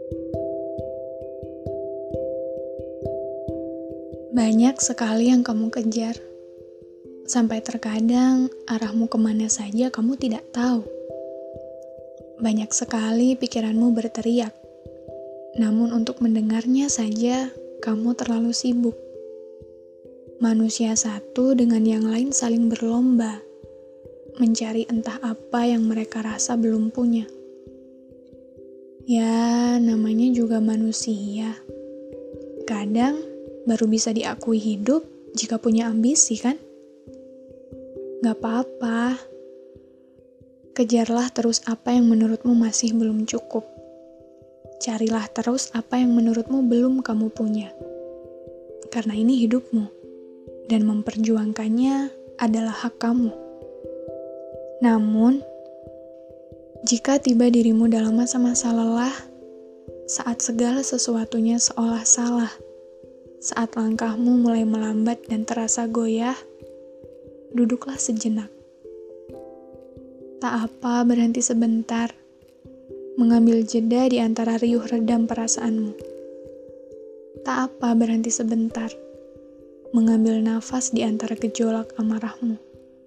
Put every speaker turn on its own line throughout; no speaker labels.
Banyak sekali yang kamu kejar, sampai terkadang arahmu kemana saja kamu tidak tahu. Banyak sekali pikiranmu berteriak, namun untuk mendengarnya saja kamu terlalu sibuk. Manusia satu dengan yang lain saling berlomba, mencari entah apa yang mereka rasa belum punya. Ya, namanya juga manusia. Kadang baru bisa diakui hidup jika punya ambisi, kan? Gak apa-apa. Kejarlah terus apa yang menurutmu masih belum cukup. Carilah terus apa yang menurutmu belum kamu punya. Karena ini hidupmu, dan memperjuangkannya adalah hak kamu. Namun, jika tiba dirimu dalam masa-masa lelah, saat segala sesuatunya seolah salah, saat langkahmu mulai melambat dan terasa goyah, duduklah sejenak. Tak apa berhenti sebentar, mengambil jeda di antara riuh redam perasaanmu. Tak apa berhenti sebentar, mengambil nafas di antara gejolak amarahmu.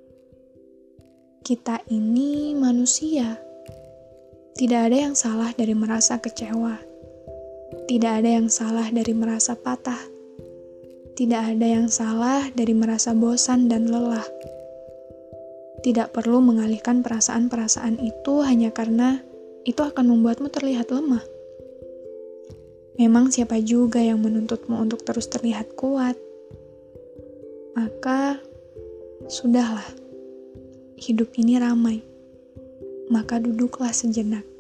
Kita ini manusia. Tidak ada yang salah dari merasa kecewa. Tidak ada yang salah dari merasa patah. Tidak ada yang salah dari merasa bosan dan lelah. Tidak perlu mengalihkan perasaan-perasaan itu hanya karena itu akan membuatmu terlihat lemah. Memang siapa juga yang menuntutmu untuk terus terlihat kuat? Maka, sudahlah. Hidup ini ramai. Maka duduklah sejenak.